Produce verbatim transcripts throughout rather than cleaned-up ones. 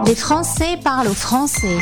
Les Français parlent aux Français.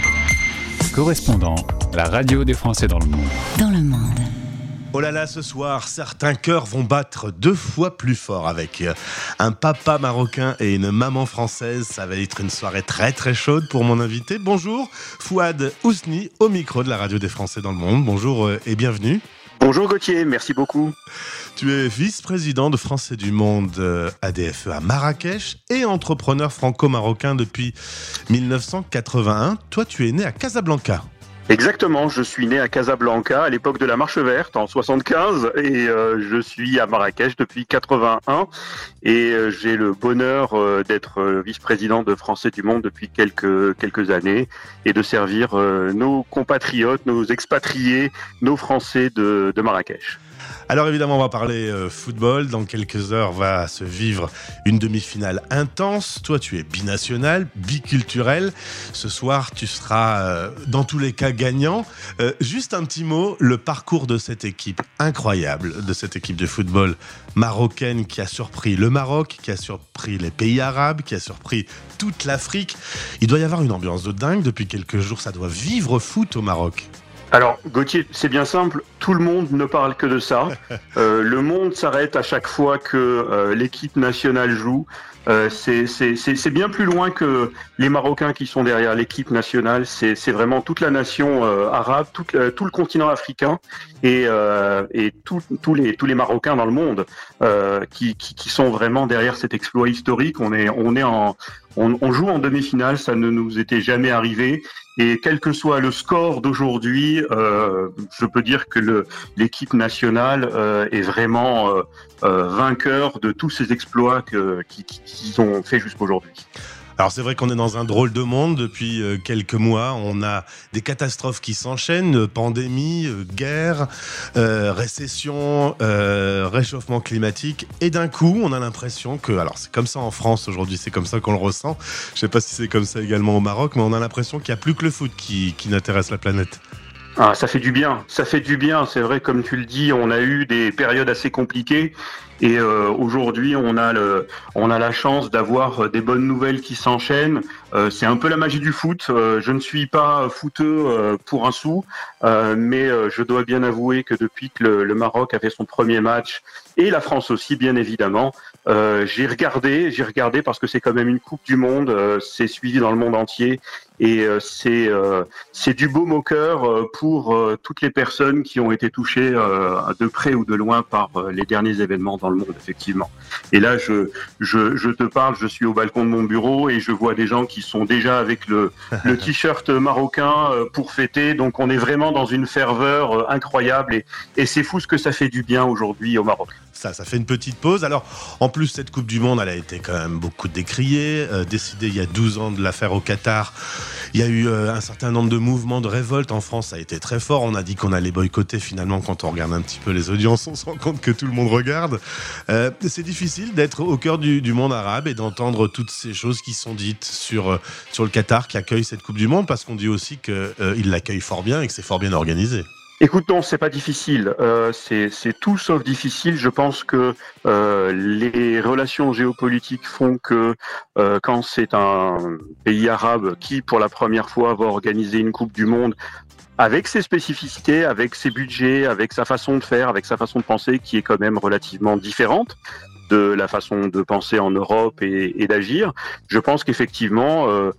Correspondant, la radio des Français dans le monde. Dans le monde. Oh là là, ce soir, certains cœurs vont battre deux fois plus fort avec un papa marocain et une maman française. Ça va être une soirée très très chaude pour mon invité. Bonjour, Fouad Ousni, au micro de la radio des Français dans le monde. Bonjour et bienvenue. Bonjour Gauthier, merci beaucoup. Tu es vice-président de Français du Monde A D F E à Marrakech et entrepreneur franco-marocain depuis dix-neuf cent quatre-vingt-un. Toi, tu es né à Casablanca. Exactement, je suis né à Casablanca à l'époque de la Marche Verte en soixante-quinze et euh, je suis à Marrakech depuis quatre-vingt-un et euh, j'ai le bonheur euh, d'être euh, vice-président de Français du Monde depuis quelques quelques années et de servir euh, nos compatriotes, nos expatriés, nos Français de, de Marrakech. Alors évidemment, on va parler euh, football. Dans quelques heures va se vivre une demi-finale intense. Toi, tu es binational, biculturel. Ce soir, tu seras euh, dans tous les cas gagnant. Euh, juste un petit mot, le parcours de cette équipe incroyable, de cette équipe de football marocaine qui a surpris le Maroc, qui a surpris les pays arabes, qui a surpris toute l'Afrique. Il doit y avoir une ambiance de dingue. Depuis quelques jours, ça doit vivre foot au Maroc. Alors Gauthier, c'est bien simple, tout le monde ne parle que de ça. Euh, le monde s'arrête à chaque fois que euh, l'équipe nationale joue. Euh, c'est, c'est, c'est, c'est bien plus loin que les Marocains qui sont derrière l'équipe nationale. C'est, c'est vraiment toute la nation euh, arabe, tout, euh, tout le continent africain et, euh, et tout, tous les tous les Marocains dans le monde euh, qui, qui, qui sont vraiment derrière cet exploit historique. On est on est en on, on joue en demi-finale, ça ne nous était jamais arrivé. Et quel que soit le score d'aujourd'hui, euh, je peux dire que le, l'équipe nationale euh, est vraiment euh, euh, vainqueur de tous ces exploits que, qui, qu'ils ont fait jusqu'aujourd'hui. Alors c'est vrai qu'on est dans un drôle de monde depuis euh, quelques mois. On a des catastrophes qui s'enchaînent, pandémie, euh, guerre, euh, récession, euh, réchauffement climatique. Et d'un coup, on a l'impression que... Alors c'est comme ça en France aujourd'hui, c'est comme ça qu'on le ressent. Je ne sais pas si c'est comme ça également au Maroc, mais on a l'impression qu'il n'y a plus que le foot qui, qui intéresse la planète. Ah, ça fait du bien, ça fait du bien. C'est vrai, comme tu le dis, on a eu des périodes assez compliquées et euh, aujourd'hui, on a le, on a la chance d'avoir des bonnes nouvelles qui s'enchaînent. Euh, c'est un peu la magie du foot. Euh, je ne suis pas footeux euh, pour un sou, euh, mais euh, je dois bien avouer que depuis que le, le Maroc a fait son premier match et la France aussi, bien évidemment, euh, j'ai regardé, j'ai regardé parce que c'est quand même une Coupe du Monde. Euh, c'est suivi dans le monde entier. Et euh, c'est euh, c'est du baume au cœur euh, pour euh, toutes les personnes qui ont été touchées euh, de près ou de loin par euh, les derniers événements dans le monde, effectivement. Et là, je je je te parle, je suis au balcon de mon bureau et je vois des gens qui sont déjà avec le le t-shirt marocain euh, pour fêter. Donc, on est vraiment dans une ferveur euh, incroyable et et c'est fou ce que ça fait du bien aujourd'hui au Maroc. Ça, ça fait une petite pause. Alors, en plus, cette Coupe du Monde, elle a été quand même beaucoup décriée, euh, décidée il y a douze ans de la faire au Qatar. Il y a eu euh, un certain nombre de mouvements de révolte en France, ça a été très fort. On a dit qu'on allait boycotter. Finalement, quand on regarde un petit peu les audiences, on se rend compte que tout le monde regarde. Euh, c'est difficile d'être au cœur du, du monde arabe et d'entendre toutes ces choses qui sont dites sur, euh, sur le Qatar qui accueille cette Coupe du Monde, parce qu'on dit aussi qu'il euh, l'accueille fort bien et que c'est fort bien organisé. Écoute, non, c'est pas difficile. Euh, c'est, c'est tout sauf difficile. Je pense que euh, les relations géopolitiques font que euh, quand c'est un pays arabe qui, pour la première fois, va organiser une Coupe du Monde avec ses spécificités, avec ses budgets, avec sa façon de faire, avec sa façon de penser, qui est quand même relativement différente de la façon de penser en Europe et, et d'agir, je pense qu'effectivement... Euh,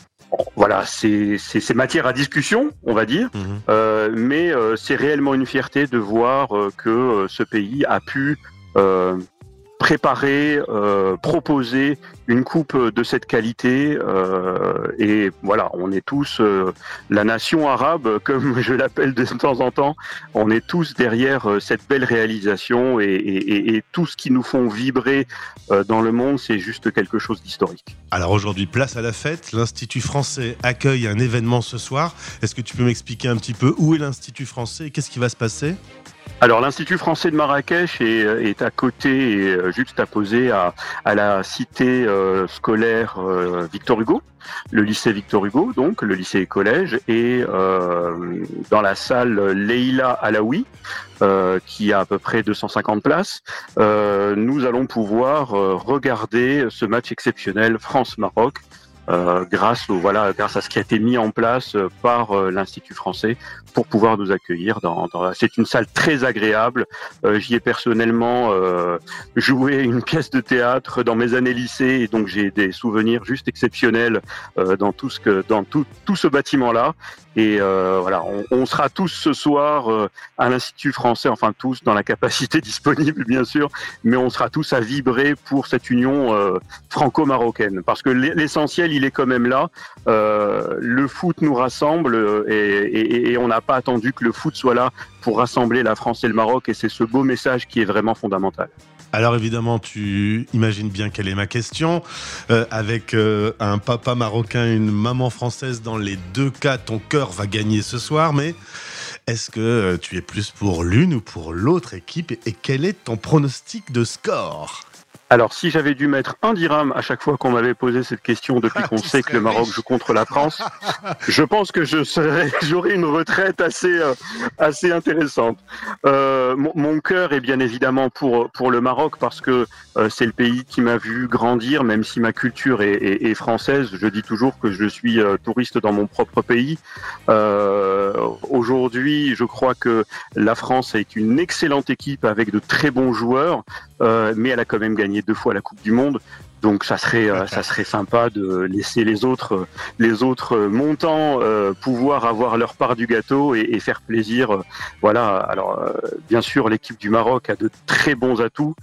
Voilà, c'est, c'est, c'est matière à discussion, on va dire, mmh. euh, mais euh, c'est réellement une fierté de voir euh, que euh, ce pays a pu euh, préparer, euh, proposer une coupe de cette qualité euh, et voilà, on est tous euh, la nation arabe, comme je l'appelle de temps en temps, on est tous derrière euh, cette belle réalisation et, et, et tout ce qui nous font vibrer euh, dans le monde, c'est juste quelque chose d'historique. Alors aujourd'hui, place à la fête, l'Institut français accueille un événement ce soir. Est-ce que tu peux m'expliquer un petit peu où est l'Institut français et qu'est-ce qui va se passer ? Alors l'Institut français de Marrakech est, est à côté et juxtaposé à, à la cité euh, scolaire euh, Victor Hugo, le lycée Victor Hugo, donc le lycée et collège, et euh, dans la salle Leïla Alaoui, euh, qui a à peu près deux cent cinquante places, euh, nous allons pouvoir euh, regarder ce match exceptionnel France-Maroc. euh, grâce au voilà, grâce à ce qui a été mis en place par euh, l'Institut français pour pouvoir nous accueillir. Dans, dans... C'est une salle très agréable. Euh, j'y ai personnellement euh, joué une pièce de théâtre dans mes années lycée, et donc j'ai des souvenirs juste exceptionnels euh, dans tout ce que dans tout tout ce bâtiment-là. Et euh, voilà, on, on sera tous ce soir euh, à l'Institut français, enfin tous dans la capacité disponible bien sûr, mais on sera tous à vibrer pour cette union euh, franco-marocaine, parce que l'essentiel il est quand même là. Euh, le foot nous rassemble, et, et, et on n'a pas attendu que le foot soit là pour rassembler la France et le Maroc, et c'est ce beau message qui est vraiment fondamental. Alors évidemment, tu imagines bien quelle est ma question. Euh, avec euh, un papa marocain, une maman française, dans les deux cas, ton cœur va gagner ce soir. Mais est-ce que euh, tu es plus pour l'une ou pour l'autre équipe, et, et quel est ton pronostic de score ? Alors, si j'avais dû mettre un dirham à chaque fois qu'on m'avait posé cette question depuis qu'on sait que le Maroc joue contre la France, je pense que je serais, j'aurais une retraite assez, euh, assez intéressante. Euh, mon, mon cœur est bien évidemment pour, pour le Maroc, parce que euh, c'est le pays qui m'a vu grandir, même si ma culture est, est, est française. Je dis toujours que je suis euh, touriste dans mon propre pays. Euh, aujourd'hui, je crois que la France est une excellente équipe avec de très bons joueurs, euh, mais elle a quand même gagné deux fois la Coupe du Monde, donc ça serait euh, ça serait sympa de laisser les autres les autres montants euh, pouvoir avoir leur part du gâteau, et, et faire plaisir. Euh, voilà. Alors euh, bien sûr, l'équipe du Maroc a de très bons atouts,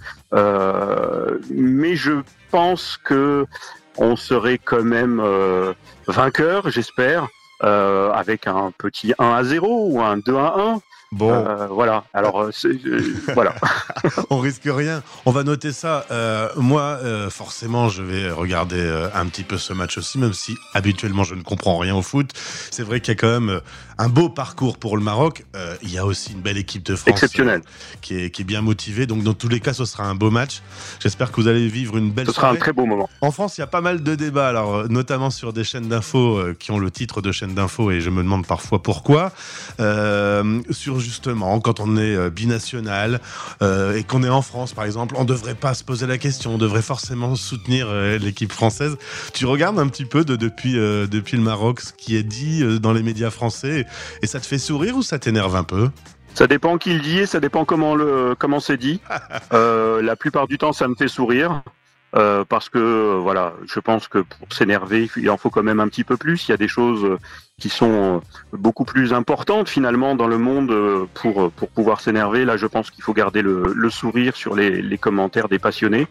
euh, mais je pense que on serait quand même euh, vainqueur, j'espère, euh, avec un petit un à zéro ou un deux à un. Bon, euh, voilà. Alors, euh, euh, voilà. On risque rien. On va noter ça. Euh, moi, euh, forcément, je vais regarder euh, un petit peu ce match aussi, même si habituellement je ne comprends rien au foot. C'est vrai qu'il y a quand même euh, un beau parcours pour le Maroc. Euh, il y a aussi une belle équipe de France exceptionnelle, euh, qui est qui est bien motivée. Donc, dans tous les cas, ce sera un beau match. J'espère que vous allez vivre une belle ce soirée. sera un très beau moment. En France, il y a pas mal de débats, alors euh, notamment sur des chaînes d'infos euh, qui ont le titre de chaîne d'infos, et je me demande parfois pourquoi. Euh, sur justement, quand on est euh, binational euh, et qu'on est en France, par exemple, on ne devrait pas se poser la question, on devrait forcément soutenir euh, l'équipe française. Tu regardes un petit peu de, depuis, euh, depuis le Maroc ce qui est dit euh, dans les médias français, et ça te fait sourire ou ça t'énerve un peu ? Ça dépend qui le dit, et ça dépend comment, le, comment c'est dit. Euh, la plupart du temps, ça me fait sourire. Euh, parce que euh, voilà, je pense que pour s'énerver, il en faut quand même un petit peu plus. Il y a des choses qui sont beaucoup plus importantes finalement dans le monde pour pour pouvoir s'énerver. Là, je pense qu'il faut garder le, le sourire sur les, les commentaires des passionnés.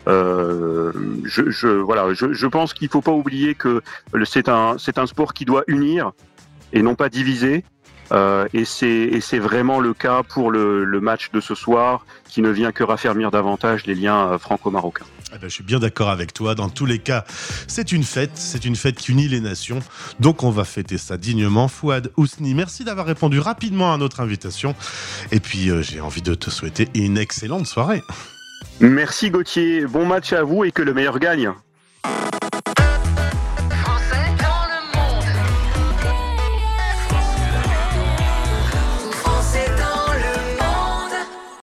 Euh, je, je voilà, je, je pense qu'il faut pas oublier que c'est un c'est un sport qui doit unir et non pas diviser. Euh, et c'est et c'est vraiment le cas pour le, le match de ce soir, qui ne vient que raffermir davantage les liens franco-marocains. Eh ben, je suis bien d'accord avec toi. Dans tous les cas, c'est une fête, c'est une fête qui unit les nations. Donc on va fêter ça dignement. Fouad Ousni, merci d'avoir répondu rapidement à notre invitation. Et puis euh, j'ai envie de te souhaiter une excellente soirée. Merci Gauthier, bon match à vous et que le meilleur gagne.